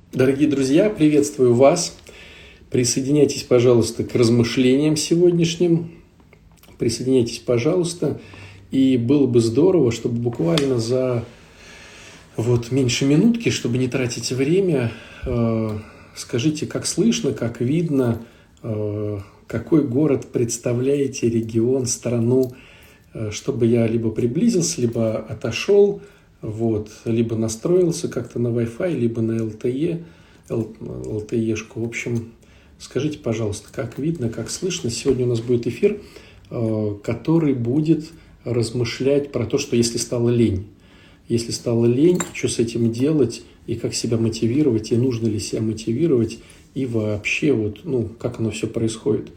Дорогие друзья, приветствую вас. Присоединяйтесь, пожалуйста, к размышлениям сегодняшним. Присоединяйтесь, пожалуйста. И было бы здорово, чтобы буквально за меньше минутки, чтобы не тратить время, скажите, как слышно, как видно, какой город представляете, регион, страну, чтобы я либо приблизился, либо отошел, либо настроился как-то на Wi-Fi, либо на LTE-шку. В общем, скажите, пожалуйста, как видно, как слышно. Сегодня у нас будет эфир, который будет размышлять про то, что если стало лень. Если стало лень, что с этим делать, и как себя мотивировать, и нужно ли себя мотивировать, и вообще, как оно все происходит.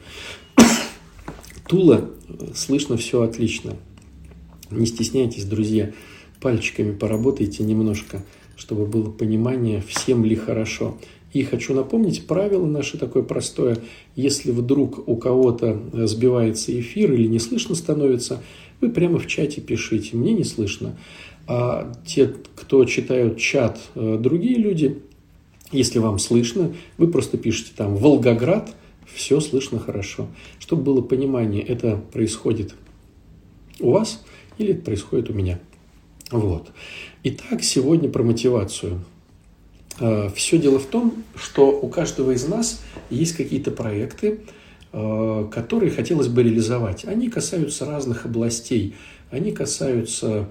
Тула, слышно все отлично. Не стесняйтесь, друзья. Пальчиками поработайте немножко, чтобы было понимание, всем ли хорошо. И хочу напомнить правило наше такое простое. Если вдруг у кого-то сбивается эфир или не слышно становится, вы прямо в чате пишите. Мне не слышно. А те, кто читают чат, другие люди, если вам слышно, вы просто пишите там «Волгоград», все слышно хорошо. Чтобы было понимание, это происходит у вас или это происходит у меня. Итак, сегодня про мотивацию. Все дело в том, что у каждого из нас есть какие-то проекты, которые хотелось бы реализовать. Они касаются разных областей. Они касаются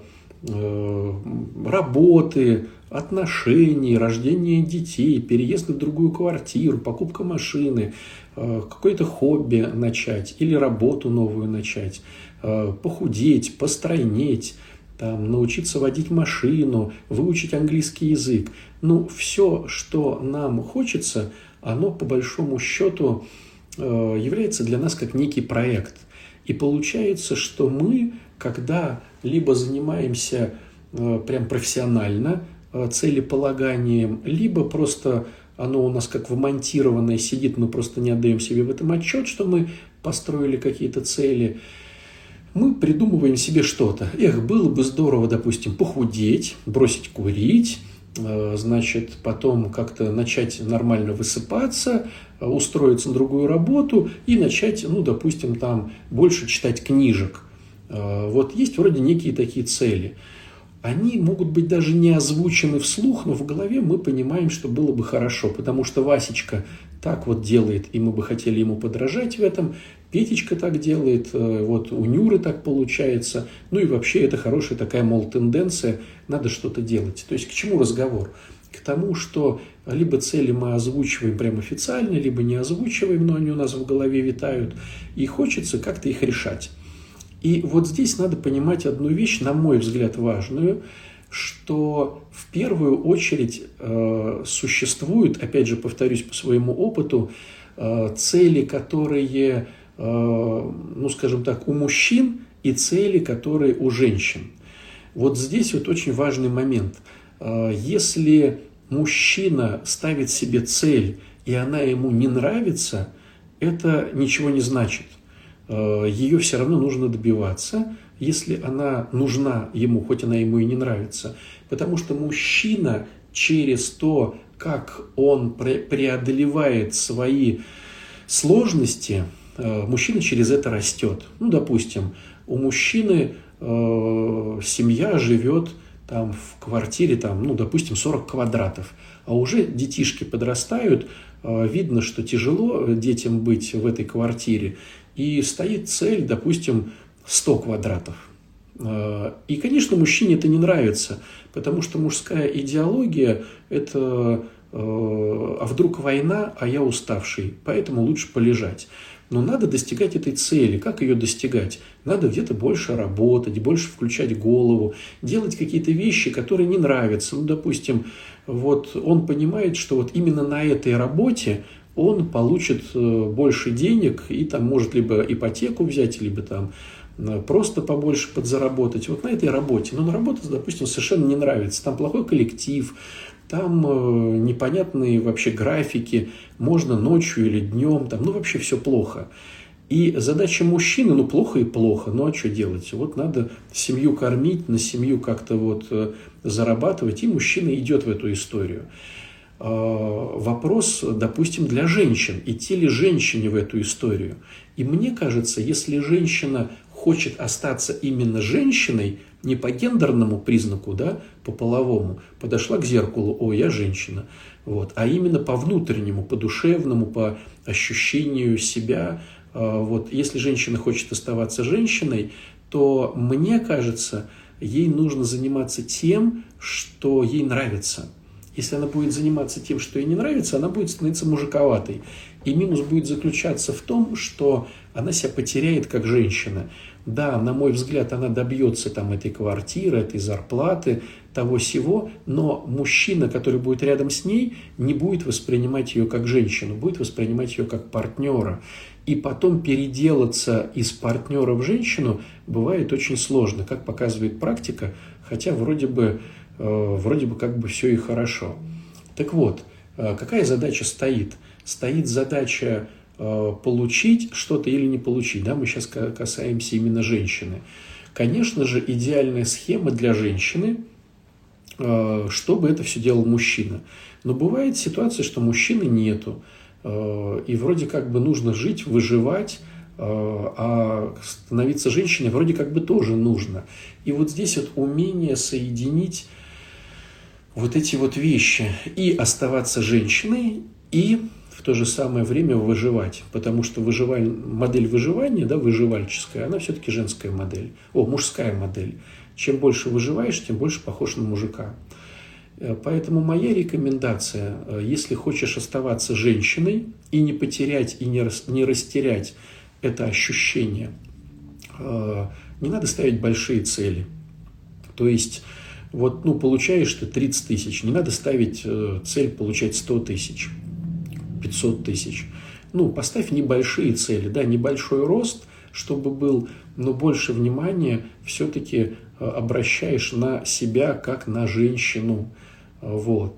работы, отношений, рождения детей, переезда в другую квартиру, покупка машины, какое-то хобби начать или работу новую начать, похудеть, постройнеть, научиться водить машину, выучить английский язык. Все, что нам хочется, оно по большому счету является для нас как некий проект. И получается, что мы, когда либо занимаемся прям профессионально целеполаганием, либо просто оно у нас как вмонтированное сидит, мы просто не отдаем себе в этом отчет, что мы построили какие-то цели, мы придумываем себе что-то. Было бы здорово, допустим, похудеть, бросить курить, потом как-то начать нормально высыпаться, устроиться на другую работу и начать, допустим, больше читать книжек. Есть вроде некие такие цели. Они могут быть даже не озвучены вслух, но в голове мы понимаем, что было бы хорошо, потому что Васечка так делает, и мы бы хотели ему подражать в этом. Петечка так делает, у Нюры так получается. И вообще это хорошая такая, тенденция, надо что-то делать. То есть к чему разговор? К тому, что либо цели мы озвучиваем прямо официально, либо не озвучиваем, но они у нас в голове витают, и хочется как-то их решать. И здесь надо понимать одну вещь, на мой взгляд, важную, что в первую очередь существуют, опять же, повторюсь по своему опыту, цели, которые, у мужчин, и цели, которые у женщин. Здесь очень важный момент. Если мужчина ставит себе цель, и она ему не нравится, это ничего не значит. Ее все равно нужно добиваться, если она нужна ему, хоть она ему и не нравится. Потому что мужчина через то, как он преодолевает свои сложности, мужчина через это растет. Допустим, у мужчины семья живет в квартире, допустим, 40 квадратов, а уже детишки подрастают, видно, что тяжело детям быть в этой квартире, и стоит цель, допустим, 100 квадратов. И, конечно, мужчине это не нравится, потому что мужская идеология – это «а вдруг война, а я уставший, поэтому лучше полежать». Но надо достигать этой цели. Как ее достигать? Надо где-то больше работать, больше включать голову, делать какие-то вещи, которые не нравятся. Допустим, он понимает, что именно на этой работе он получит больше денег и может либо ипотеку взять, либо просто побольше подзаработать. На этой работе. Но работа, допустим, совершенно не нравится. Там плохой коллектив, там непонятные вообще графики, можно ночью или днем, вообще все плохо. И задача мужчины, плохо и плохо, а что делать? Надо семью кормить, на семью как-то зарабатывать, и мужчина идет в эту историю. вопрос, допустим, для женщин. Идти ли женщине в эту историю? И мне кажется, если женщина хочет остаться именно женщиной, не по гендерному признаку, да, по половому, подошла к зеркалу, о, я женщина, вот, а именно по внутреннему, по душевному, по ощущению себя. Вот, если женщина хочет оставаться женщиной, то, мне кажется, ей нужно заниматься тем, что ей нравится. Если она будет заниматься тем, что ей не нравится, она будет становиться мужиковатой. И минус будет заключаться в том, что она себя потеряет как женщина. Да, на мой взгляд, она добьется там этой квартиры, этой зарплаты, того-сего, но мужчина, который будет рядом с ней, не будет воспринимать ее как женщину, будет воспринимать ее как партнера. И потом переделаться из партнера в женщину бывает очень сложно, как показывает практика, хотя вроде бы как бы все и хорошо. Так вот, какая задача стоит? Стоит задача получить что-то или не получить. Да, мы сейчас касаемся именно женщины. Конечно же, идеальная схема для женщины, чтобы это все делал мужчина. Но бывает ситуация, что мужчины нету. И вроде как бы нужно жить, выживать, а становиться женщиной вроде как бы тоже нужно. И вот здесь вот умение соединить вот эти вот вещи и оставаться женщиной, и в то же самое время выживать. Потому что модель выживания, да, выживальческая, она все-таки женская модель. Мужская модель. Чем больше выживаешь, тем больше похож на мужика. Поэтому моя рекомендация, если хочешь оставаться женщиной и не потерять, и не растерять это ощущение, не надо ставить большие цели. То есть, вот, получаешь ты 30 тысяч, не надо ставить цель получать 100 тысяч, 500 тысяч. Поставь небольшие цели, да, небольшой рост, чтобы был, но больше внимания все-таки обращаешь на себя, как на женщину. Вот.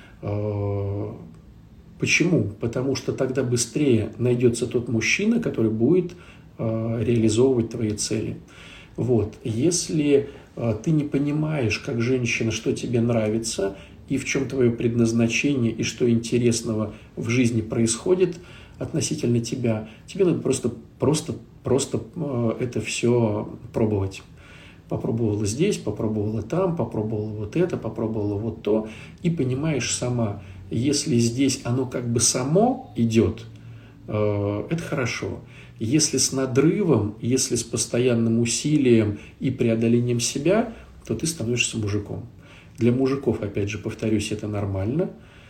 Почему? Потому что тогда быстрее найдется тот мужчина, который будет реализовывать твои цели. Вот. Если ты не понимаешь, как женщина, что тебе нравится, и в чем твое предназначение, и что интересного в жизни происходит относительно тебя, тебе надо просто это все пробовать. Попробовала здесь, попробовала там, попробовала вот это, попробовала вот то, и понимаешь сама, если здесь оно как бы само идет, это хорошо. Если с надрывом, если с постоянным усилием и преодолением себя, то ты становишься мужиком. Для мужиков, опять же, повторюсь, это нормально.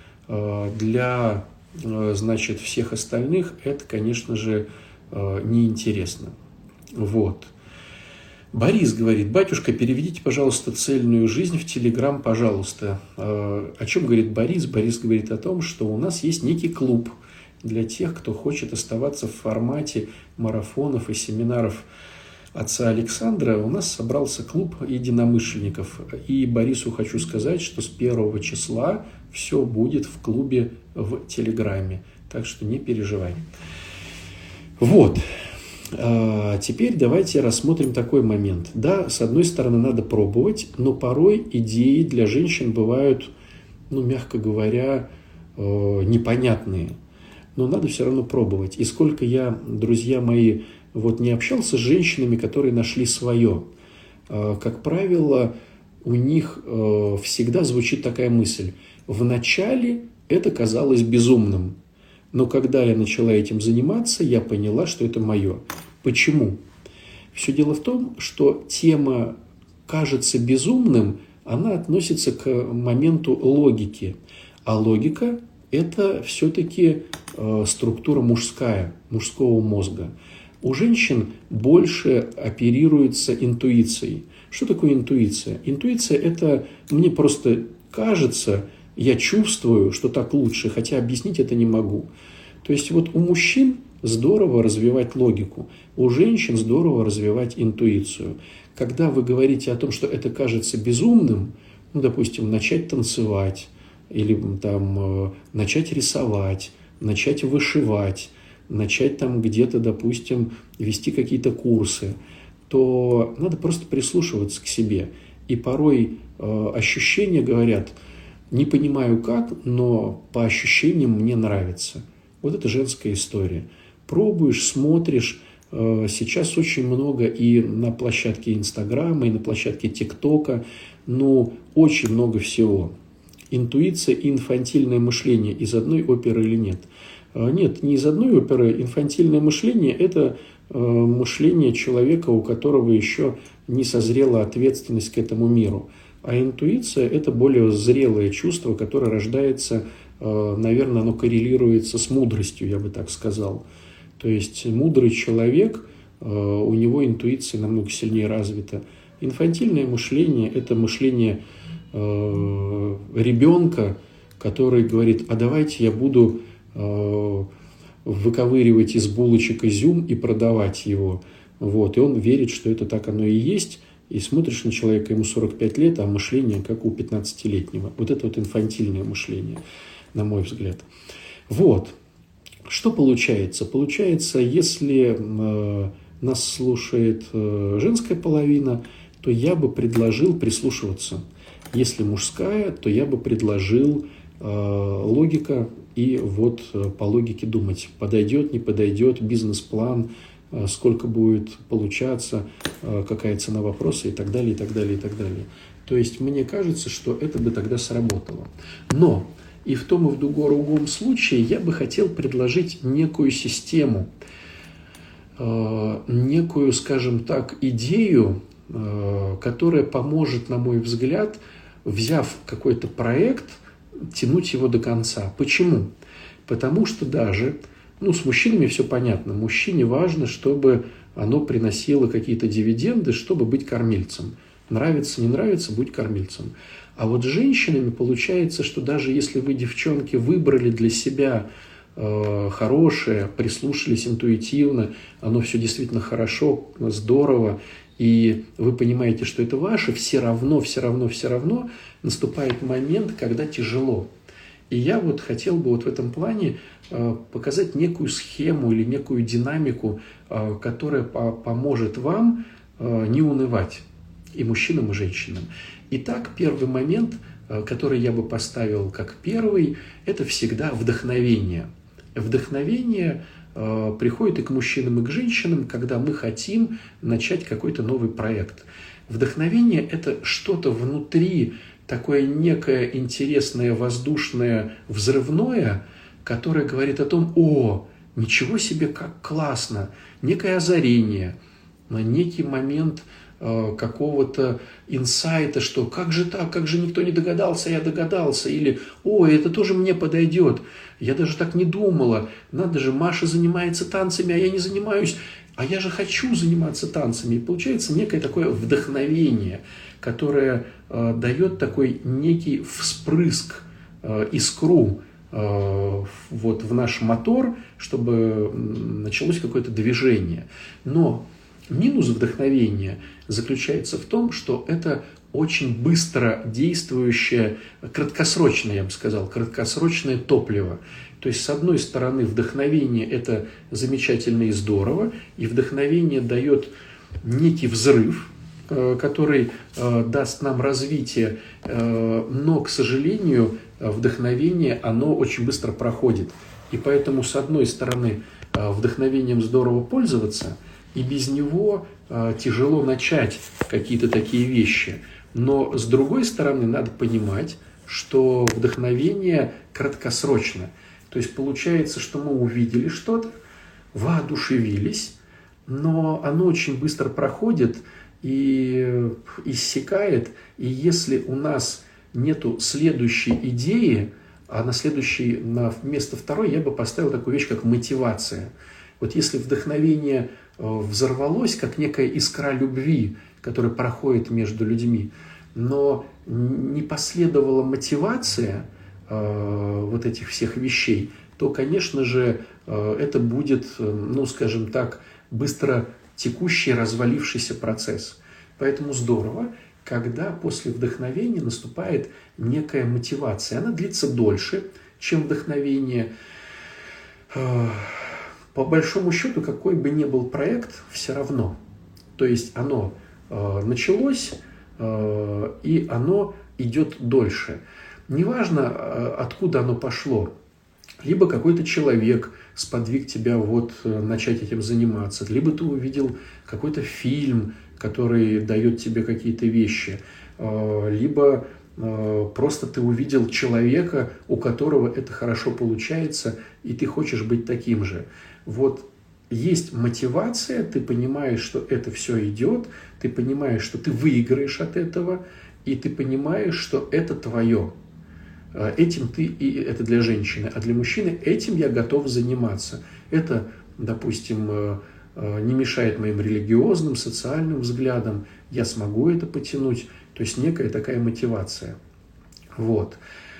Для, значит, всех остальных это, конечно же, неинтересно. Вот. Борис говорит: батюшка, переведите, пожалуйста, цельную жизнь в Телеграм, пожалуйста. О чем говорит Борис? Борис говорит о том, что у нас есть некий клуб для тех, кто хочет оставаться в формате марафонов и семинаров отца Александра. У нас собрался клуб единомышленников. И Борису хочу сказать, что с 1 числа все будет в клубе в Телеграме. Так что не переживай. Вот. Теперь давайте рассмотрим такой момент. Да, с одной стороны, надо пробовать, но порой идеи для женщин бывают, мягко говоря, непонятные. Но надо все равно пробовать. И сколько я, друзья мои, не общался с женщинами, которые нашли свое, как правило, у них всегда звучит такая мысль. Вначале это казалось безумным. Но когда я начала этим заниматься, я поняла, что это мое. Почему? Все дело в том, что тема «кажется безумным», она относится к моменту логики. А логика – это все-таки структура мужского мозга. У женщин больше оперируется интуицией. Что такое интуиция? Интуиция – это мне просто кажется, я чувствую, что так лучше, хотя объяснить это не могу. То есть у мужчин здорово развивать логику, у женщин здорово развивать интуицию. Когда вы говорите о том, что это кажется безумным, допустим, начать танцевать, или начать рисовать, начать вышивать, начать где-то, допустим, вести какие-то курсы, то надо просто прислушиваться к себе. И порой ощущения говорят: Не понимаю как, но по ощущениям мне нравится. Вот это женская история. Пробуешь, смотришь. Сейчас очень много и на площадке Инстаграма, и на площадке ТикТока. Ну, очень много всего. Интуиция и инфантильное мышление из одной оперы или нет? Нет, не из одной оперы. Инфантильное мышление – это мышление человека, у которого еще не созрела ответственность к этому миру. А интуиция – это более зрелое чувство, которое рождается, наверное, оно коррелируется с мудростью, я бы так сказал. То есть мудрый человек, у него интуиция намного сильнее развита. Инфантильное мышление – это мышление ребенка, который говорит: а давайте я буду выковыривать из булочек изюм и продавать его. Вот. И он верит, что это так оно и есть. И смотришь на человека, ему 45 лет, а мышление как у 15-летнего. Вот это вот инфантильное мышление, на мой взгляд. Вот. Что получается? Получается, если нас слушает женская половина, то я бы предложил прислушиваться. Если мужская, то я бы предложил логика и вот по логике думать. Подойдет, не подойдет, бизнес-план, сколько будет получаться, какая цена вопроса и так далее, и так далее, и так далее. То есть мне кажется, что это бы тогда сработало. Но и в том, и в другом случае я бы хотел предложить некую систему, некую, скажем так, идею, которая поможет, на мой взгляд, взяв какой-то проект, тянуть его до конца. Почему? Потому что даже, с мужчинами все понятно. Мужчине важно, чтобы оно приносило какие-то дивиденды, чтобы быть кормильцем. Нравится, не нравится, будь кормильцем. А вот с женщинами получается, что даже если вы, девчонки, выбрали для себя хорошее, прислушались интуитивно, оно все действительно хорошо, здорово, и вы понимаете, что это ваше, все равно наступает момент, когда тяжело. И я вот хотел бы вот в этом плане показать некую схему или некую динамику, которая поможет вам не унывать, и мужчинам, и женщинам. Итак, первый момент, который я бы поставил как первый, это всегда вдохновение. Вдохновение приходит и к мужчинам, и к женщинам, когда мы хотим начать какой-то новый проект. Вдохновение – это что-то внутри, такое некое интересное, воздушное, взрывное, которое говорит о том: о, ничего себе, как классно, некое озарение, некий момент какого-то инсайта, что как же так, как же никто не догадался, я догадался, или о, это тоже мне подойдет, я даже так не думала, надо же, Маша занимается танцами, а я не занимаюсь, а я же хочу заниматься танцами. И получается некое такое вдохновение, которое дает такой некий вспрыск, искру вот в наш мотор, чтобы началось какое-то движение. Но минус вдохновения заключается в том, что это очень быстро действующее, краткосрочное, я бы сказал, краткосрочное топливо. То есть, с одной стороны, вдохновение – это замечательно и здорово, и вдохновение дает некий взрыв, который даст нам развитие, но, к сожалению, вдохновение, оно очень быстро проходит. И поэтому, с одной стороны, вдохновением здорово пользоваться, и без него тяжело начать какие-то такие вещи. Но, с другой стороны, надо понимать, что вдохновение краткосрочно. То есть, получается, что мы увидели что-то, воодушевились, но оно очень быстро проходит и иссякает. И если у нас нету следующей идеи, а на место второй я бы поставил такую вещь, как мотивация. Вот если вдохновение взорвалось, как некая искра любви, которая проходит между людьми, но не последовала мотивация вот этих всех вещей, то, конечно же, это будет, скажем так, быстро текущий, развалившийся процесс. Поэтому здорово, когда после вдохновения наступает некая мотивация. Она длится дольше, чем вдохновение. По большому счету, какой бы ни был проект, все равно. То есть оно началось, и оно идет дольше. неважно, откуда оно пошло. Либо какой-то человек сподвиг тебя вот начать этим заниматься, либо ты увидел какой-то фильм, который дает тебе какие-то вещи, либо просто ты увидел человека, у которого это хорошо получается, и ты хочешь быть таким же. Вот есть мотивация, ты понимаешь, что это все идет, ты понимаешь, что ты выиграешь от этого, и ты понимаешь, что это твое. Этим ты, и это для женщины, а для мужчины этим я готов заниматься. Это, допустим, не мешает моим религиозным, социальным взглядам, я смогу это потянуть, то есть некая такая мотивация. Вот.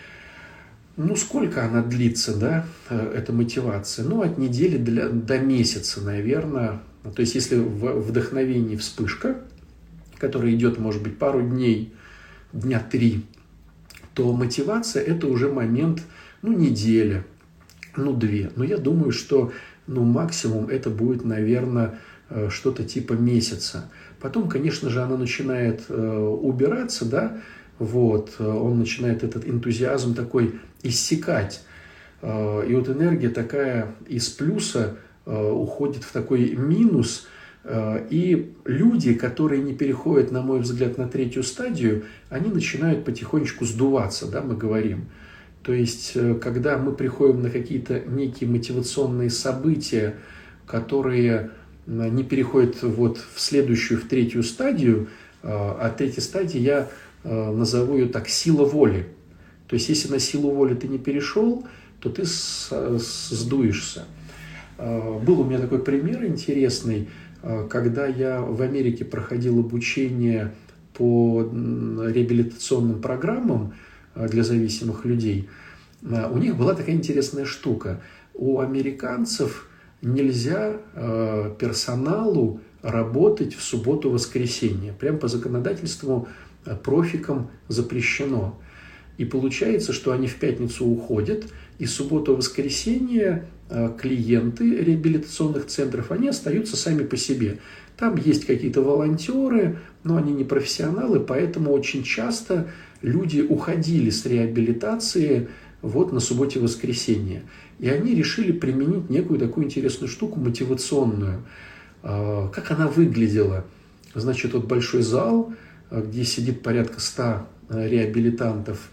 Ну, сколько она длится, да, эта мотивация? Ну, от недели до месяца, наверное. То есть, если в вдохновении вспышка, которая идет, может быть, пару дней, дня 3, то мотивация – это уже момент, неделя, 2. Но я думаю, что, максимум это будет, наверное, что-то типа месяца. Потом, конечно же, она начинает убираться, да, вот, он начинает этот энтузиазм такой иссякать. И вот энергия такая из плюса уходит в такой минус. И люди, которые не переходят, на мой взгляд, на 3-ю стадию, они начинают потихонечку сдуваться, да, мы говорим. То есть, когда мы приходим на какие-то некие мотивационные события, которые не переходят вот в следующую, в 3-ю стадию, а 3-я стадия, я назову ее так, сила воли. То есть, если на силу воли ты не перешел, то ты сдуешься. Был у меня такой пример интересный. Когда я в Америке проходил обучение по реабилитационным программам для зависимых людей, у них была такая интересная штука. У американцев нельзя персоналу работать в субботу-воскресенье. Прямо по законодательству профикам запрещено. И получается, что они в пятницу уходят, и субботу-воскресенье клиенты реабилитационных центров, они остаются сами по себе. Там есть какие-то волонтеры, но они не профессионалы, поэтому очень часто люди уходили с реабилитации вот на субботе-воскресенье. И они решили применить некую такую интересную штуку, мотивационную. Как она выглядела? Значит, вот большой зал, где сидит порядка 100 реабилитантов,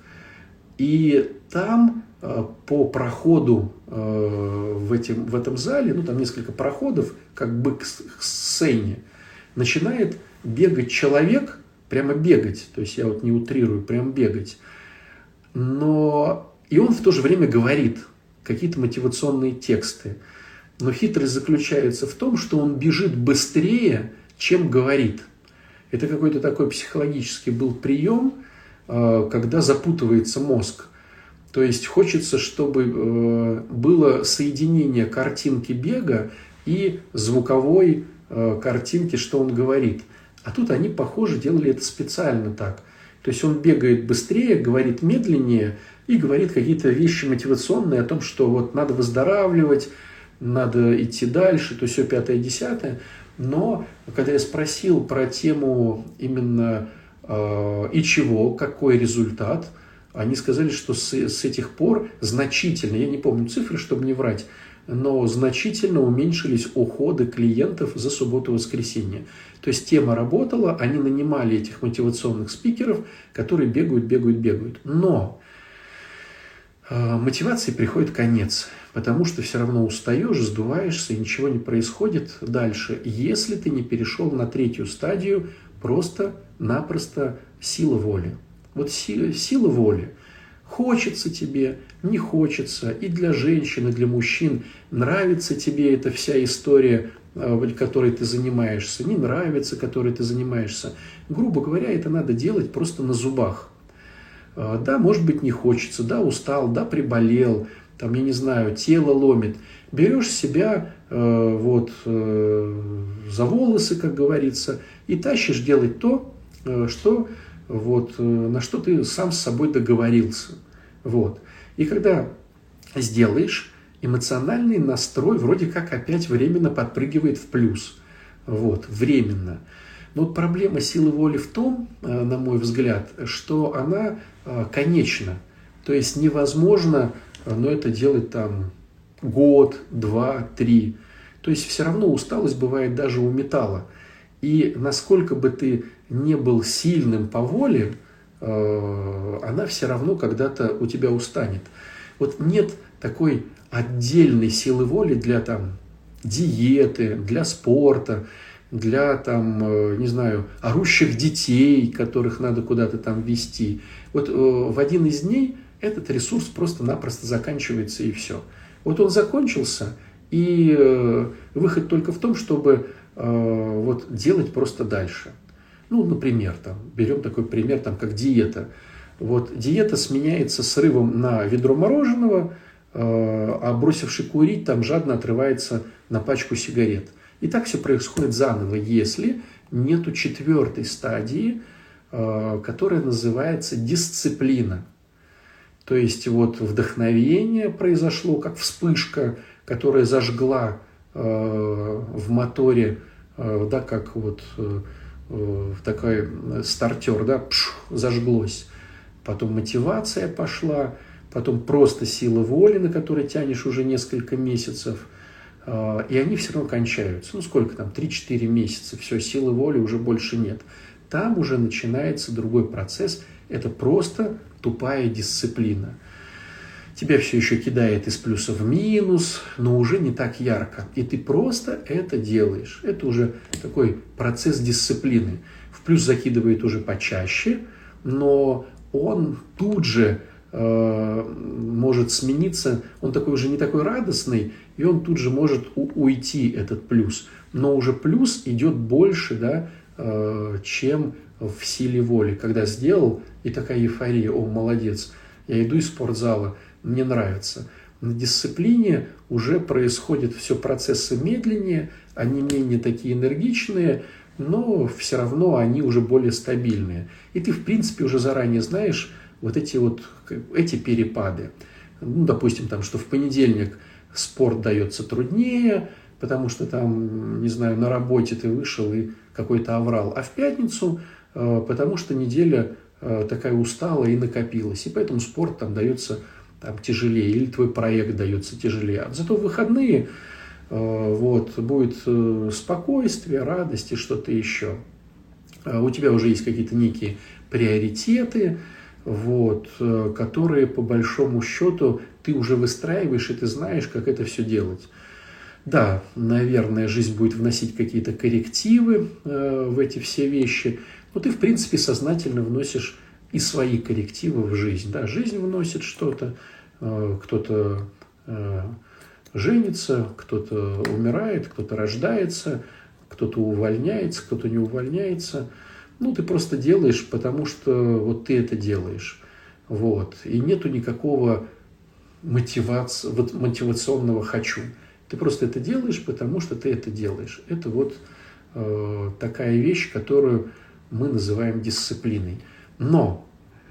и там по проходу в этом зале, там несколько проходов, как бы к сцене, начинает бегать человек, прямо бегать, то есть я вот не утрирую, прямо бегать, но и он в то же время говорит какие-то мотивационные тексты. Но хитрость заключается в том, что он бежит быстрее, чем говорит. Это какой-то такой психологический был прием, когда запутывается мозг. То есть хочется, чтобы было соединение картинки бега и звуковой картинки, что он говорит. А тут они, похоже, делали это специально так. То есть он бегает быстрее, говорит медленнее и говорит какие-то вещи мотивационные о том, что вот надо выздоравливать, надо идти дальше, то все 5-е, 10-е. Но когда я спросил про тему именно и чего, какой результат, они сказали, что с этих пор значительно, я не помню цифры, чтобы не врать, но значительно уменьшились уходы клиентов за субботу-воскресенье. То есть тема работала, они нанимали этих мотивационных спикеров, которые бегают. Но мотивации приходит конец, потому что все равно устаешь, сдуваешься, и ничего не происходит дальше, если ты не перешел на 3-ю стадию, просто-напросто сила воли. Вот сила воли. Хочется тебе, не хочется, и для женщин, и для мужчин. Нравится тебе эта вся история, которой ты занимаешься, не нравится, которой ты занимаешься. Грубо говоря, это надо делать просто на зубах. Да, может быть, не хочется, да, устал, да, приболел, там, я не знаю, тело ломит. Берешь себя за волосы, как говорится, и тащишь делать то, что, на что ты сам с собой договорился. И когда сделаешь, эмоциональный настрой вроде как опять временно подпрыгивает в плюс. Временно. Но вот проблема силы воли в том, на мой взгляд, что она конечна. То есть невозможно, но это делать там год, 2, 3. То есть все равно усталость бывает даже у металла. И насколько бы ты не был сильным по воле, она все равно когда-то у тебя устанет. Вот нет такой отдельной силы воли для там диеты, для спорта, для там, не знаю, орущих детей, которых надо куда-то там везти. Вот в один из дней этот ресурс просто-напросто заканчивается, и все. Вот он закончился, и выход только в том, чтобы вот делать просто дальше. Ну, например, там, берем такой пример, там, как диета. Вот диета сменяется срывом на ведро мороженого, а бросивший курить там жадно отрывается на пачку сигарет. И так все происходит заново, если нету 4-й стадии, которая называется дисциплина. То есть вот вдохновение произошло, как вспышка, которая зажгла в моторе, да, как вот такой стартер, да, зажглось. Потом мотивация пошла, потом просто сила воли, на которой тянешь уже несколько месяцев, и они все равно кончаются. Ну, сколько там, 3-4 месяца, все, силы воли уже больше нет. Там уже начинается другой процесс, это просто тупая дисциплина. Тебя все еще кидает из плюса в минус, но уже не так ярко. И ты просто это делаешь. Это уже такой процесс дисциплины. В плюс закидывает уже почаще, но он тут же может смениться. Он такой уже не такой радостный, и он тут же может уйти, этот плюс. Но уже плюс идет больше, да, чем в силе воли. Когда сделал, и такая эйфория, о, молодец, я иду из спортзала, мне нравится. На дисциплине уже происходят все процессы медленнее, они менее такие энергичные, но все равно они уже более стабильные. И ты, в принципе, уже заранее знаешь вот эти перепады. Ну, допустим, там, что в понедельник спорт дается труднее, потому что там, не знаю, на работе ты вышел и какой-то аврал, а в пятницу, потому что неделя такая усталая и накопилась, и поэтому спорт там дается там тяжелее, или твой проект дается тяжелее. А зато в выходные вот, будет спокойствие, радость и что-то еще. У тебя уже есть какие-то некие приоритеты, вот, которые по большому счету ты уже выстраиваешь, и ты знаешь, как это все делать. Да, наверное, жизнь будет вносить какие-то коррективы в эти все вещи, но ты, в принципе, сознательно вносишь и свои коррективы в жизнь. Да, жизнь вносит что-то, кто-то женится, кто-то умирает, кто-то рождается, кто-то увольняется, кто-то не увольняется. Ну, ты просто делаешь, потому что вот ты это делаешь. Вот. И нету никакого мотивационного «хочу». Ты просто это делаешь, потому что ты это делаешь. Это вот такая вещь, которую мы называем дисциплиной. Но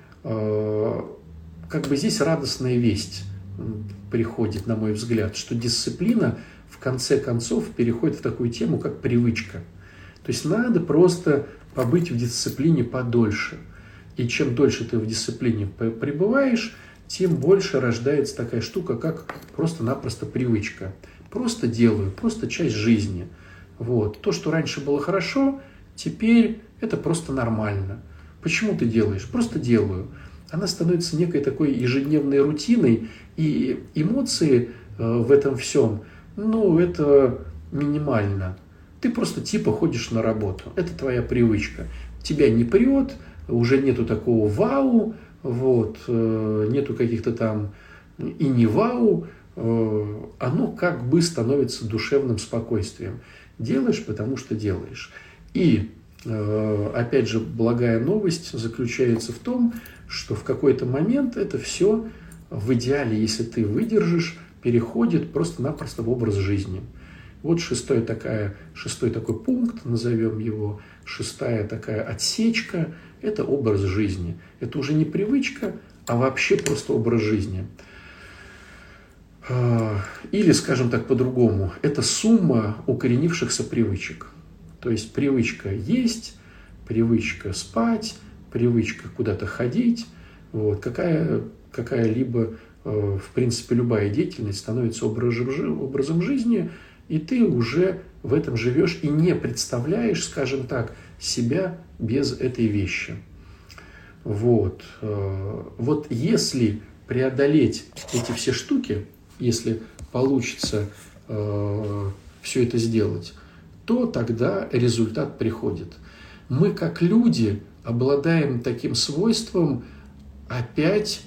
как бы здесь радостная весть приходит, на мой взгляд, что дисциплина в конце концов переходит в такую тему, как привычка. То есть надо просто побыть в дисциплине подольше. И чем дольше ты в дисциплине пребываешь, тем больше рождается такая штука, как просто-напросто привычка. Просто делаю, просто часть жизни. Вот. То, что раньше было хорошо, теперь это просто нормально. Почему ты делаешь? Просто делаю. Она становится некой такой ежедневной рутиной, и эмоции в этом всем, ну, это минимально. Ты просто типа ходишь на работу. Это твоя привычка. Тебя не прет, уже нету такого вау, вот, нету каких-то там и не вау, оно как бы становится душевным спокойствием. Делаешь, потому что делаешь. И, опять же, благая новость заключается в том, что в какой-то момент это все в идеале, если ты выдержишь, переходит просто-напросто в образ жизни. Вот шестой такой пункт, назовем его, шестая такая отсечка, это образ жизни. Это уже не привычка, а вообще просто образ жизни. Или, скажем так по-другому, это сумма укоренившихся привычек. То есть привычка есть, привычка спать, привычка куда-то ходить. Вот. Какая какая-либо, в принципе, любая деятельность становится образом жизни, и ты уже в этом живешь и не представляешь, скажем так, себя без этой вещи. Вот. Вот если преодолеть эти все штуки, если получится все это сделать, то тогда результат приходит. Мы, как люди, обладаем таким свойством опять,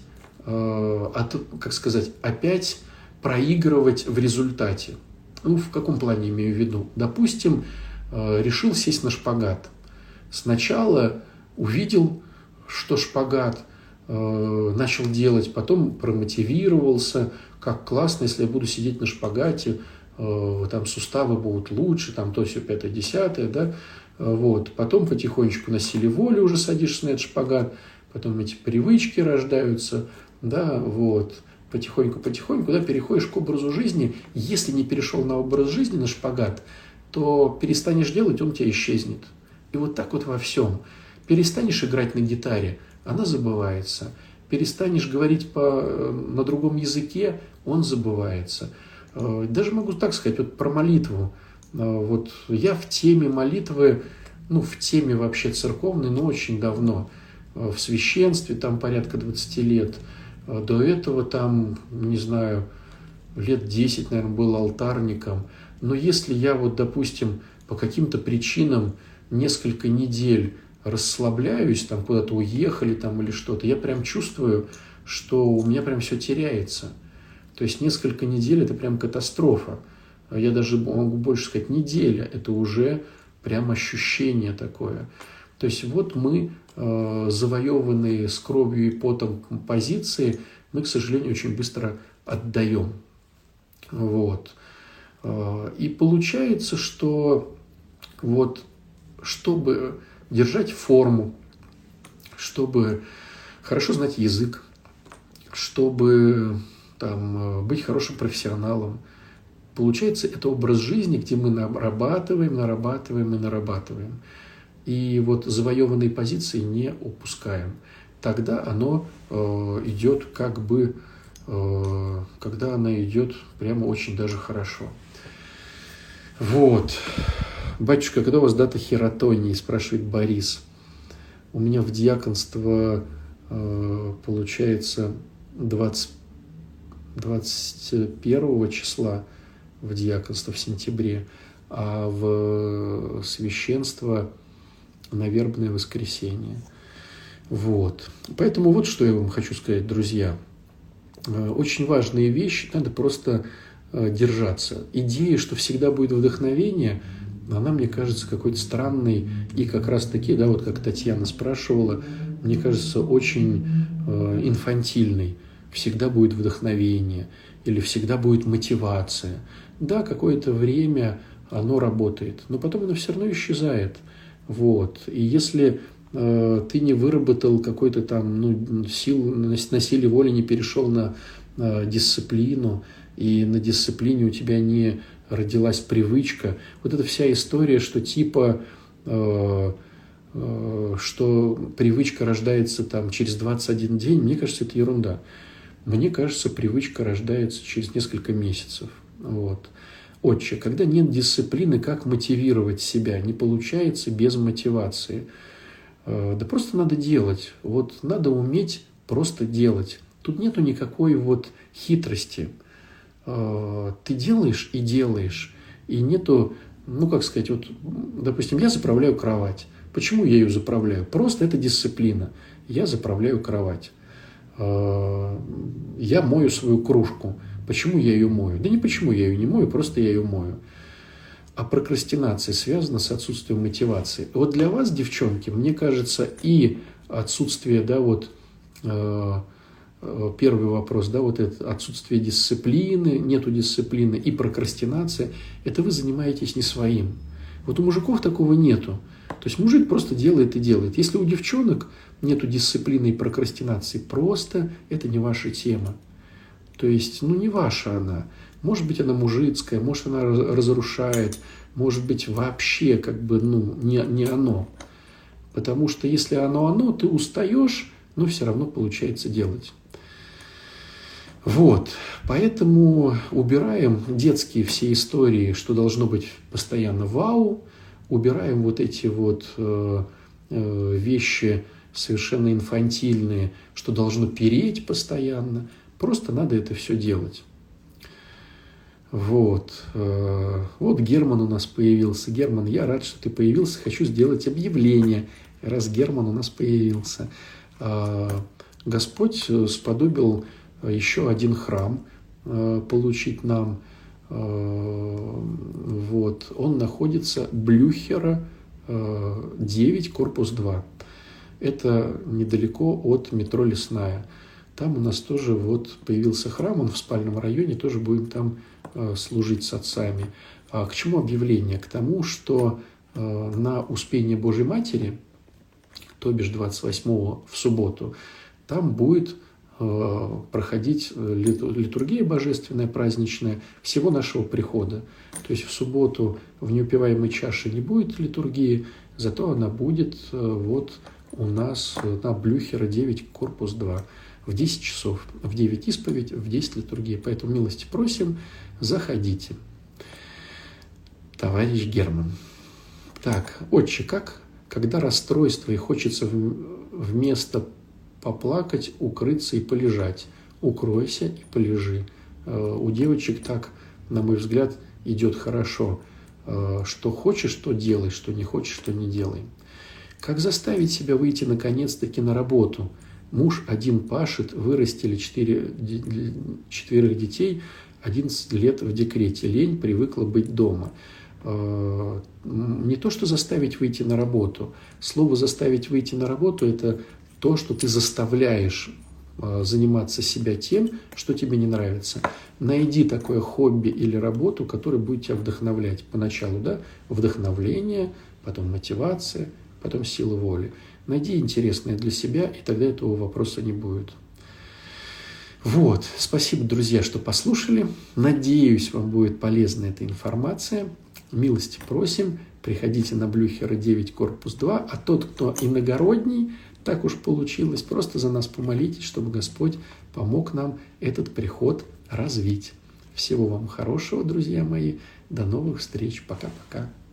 опять проигрывать в результате. Ну, в каком плане имею в виду? Допустим, решил сесть на шпагат. Сначала увидел, что шпагат, начал делать, потом промотивировался, как классно, если я буду сидеть на шпагате, там суставы будут лучше, там то, сё, 5, 10, да, вот. Потом потихонечку на силе воли уже садишься на этот шпагат, потом эти привычки рождаются, да, вот. Потихоньку, да, переходишь к образу жизни. Если не перешел на образ жизни, на шпагат, то перестанешь делать, он у тебя исчезнет. И вот так вот во всем. Перестанешь играть на гитаре, она забывается. Перестанешь говорить на другом языке, он забывается. Даже могу так сказать, вот про молитву. Вот я в теме молитвы, ну, в теме вообще церковной, но очень давно. В священстве там порядка 20 лет. До этого там, не знаю, лет 10, наверное, был алтарником. Но если я вот, допустим, по каким-то причинам несколько недель расслабляюсь, там куда-то уехали там или что-то, я прям чувствую, что у меня прям все теряется. То есть несколько недель – это прям катастрофа. Я даже могу больше сказать, неделя – это уже прям ощущение такое. То есть вот мы, завоеванные с кровью и потом позиции, мы, к сожалению, очень быстро отдаем. Вот. И получается, что вот, чтобы держать форму, чтобы хорошо знать язык, чтобы там, быть хорошим профессионалом, получается, это образ жизни, где мы нарабатываем. И вот завоеванные позиции не упускаем. Тогда оно идет как бы, когда она идет прямо очень даже хорошо. Вот. Батюшка, когда у вас дата хератонии, спрашивает Борис. У меня в диаконство получается 21 числа в диаконство в сентябре, а в священство на вербное воскресенье. Вот. Поэтому вот что я вам хочу сказать, друзья. Очень важные вещи, надо просто держаться. Идея, что всегда будет вдохновение, она, мне кажется, какой-то странной. И как раз таки, да, вот как Татьяна спрашивала, мне кажется, очень инфантильной. Всегда будет вдохновение или всегда будет мотивация. Да, какое-то время оно работает, но потом оно все равно исчезает. Вот. И если ты не выработал какой-то там на силе воли не перешел на дисциплину, и на дисциплине у тебя не родилась привычка, вот эта вся история, что типа, что привычка рождается там через 21 день, мне кажется, это ерунда. Мне кажется, привычка рождается через несколько месяцев. Вот. Отче, когда нет дисциплины, как мотивировать себя? Не получается без мотивации. Да просто надо делать. Вот надо уметь просто делать. Тут нету никакой вот хитрости. Ты делаешь и делаешь. И нету, ну как сказать, вот, допустим, я заправляю кровать. Почему я ее заправляю? Просто это дисциплина. Я заправляю кровать. Я мою свою кружку. Почему я ее мою? Да не почему я ее не мою, просто я ее мою. А прокрастинация связана с отсутствием мотивации. Вот для вас, девчонки, мне кажется, и отсутствие, да, вот первый вопрос, да, вот это отсутствие дисциплины, нету дисциплины и прокрастинация, это вы занимаетесь не своим. Вот у мужиков такого нету. То есть мужик просто делает и делает. Если у девчонок нету дисциплины и прокрастинации, просто это не ваша тема. То есть, ну, не ваша она. Может быть, она мужицкая, может, она разрушает, может быть, вообще как бы, ну, не оно. Потому что если оно, ты устаешь, но все равно получается делать. Вот, поэтому убираем детские все истории, что должно быть постоянно вау, убираем вот эти вот вещи совершенно инфантильные, что должно переть постоянно. Просто надо это все делать. Вот. Вот Герман у нас появился. Герман, я рад, что ты появился. Хочу сделать объявление, раз Герман у нас появился. Господь сподобил еще один храм получить нам. Вот. Он находится Блюхера 9, корпус 2. Это недалеко от метро Лесная. Там у нас тоже вот появился храм, он в спальном районе, тоже будем там служить с отцами. К чему объявление? К тому, что на Успение Божьей Матери, то бишь 28-го в субботу, там будет проходить литургия божественная, праздничная, всего нашего прихода. То есть в субботу в неупиваемой чаше не будет литургии, зато она будет вот у нас на Блюхера 9, корпус 2, в 10 часов. В 9 исповедь, в 10 литургия. Поэтому милости просим, заходите. Товарищ Герман. Так, отче, как, когда расстройство и хочется вместо поплакать, укрыться и полежать? Укройся и полежи. У девочек так, на мой взгляд, идет хорошо. Что хочешь, то делай, что не хочешь, то не делай. Как заставить себя выйти наконец-таки на работу? Муж один пашет, вырастили 4 детей, 11 лет в декрете. Лень, привыкла быть дома. Не то, что заставить выйти на работу. Слово «заставить выйти на работу» – это то, что ты заставляешь заниматься себя тем, что тебе не нравится. Найди такое хобби или работу, которая будет тебя вдохновлять. Поначалу, да, вдохновление, потом мотивация, потом сила воли. Найди интересное для себя, и тогда этого вопроса не будет. Вот. Спасибо, друзья, что послушали. Надеюсь, вам будет полезна эта информация. Милости просим. Приходите на Блюхера 9, корпус 2. А тот, кто иногородний, так уж получилось, просто за нас помолитесь, чтобы Господь помог нам этот приход развить. Всего вам хорошего, друзья мои. До новых встреч. Пока-пока.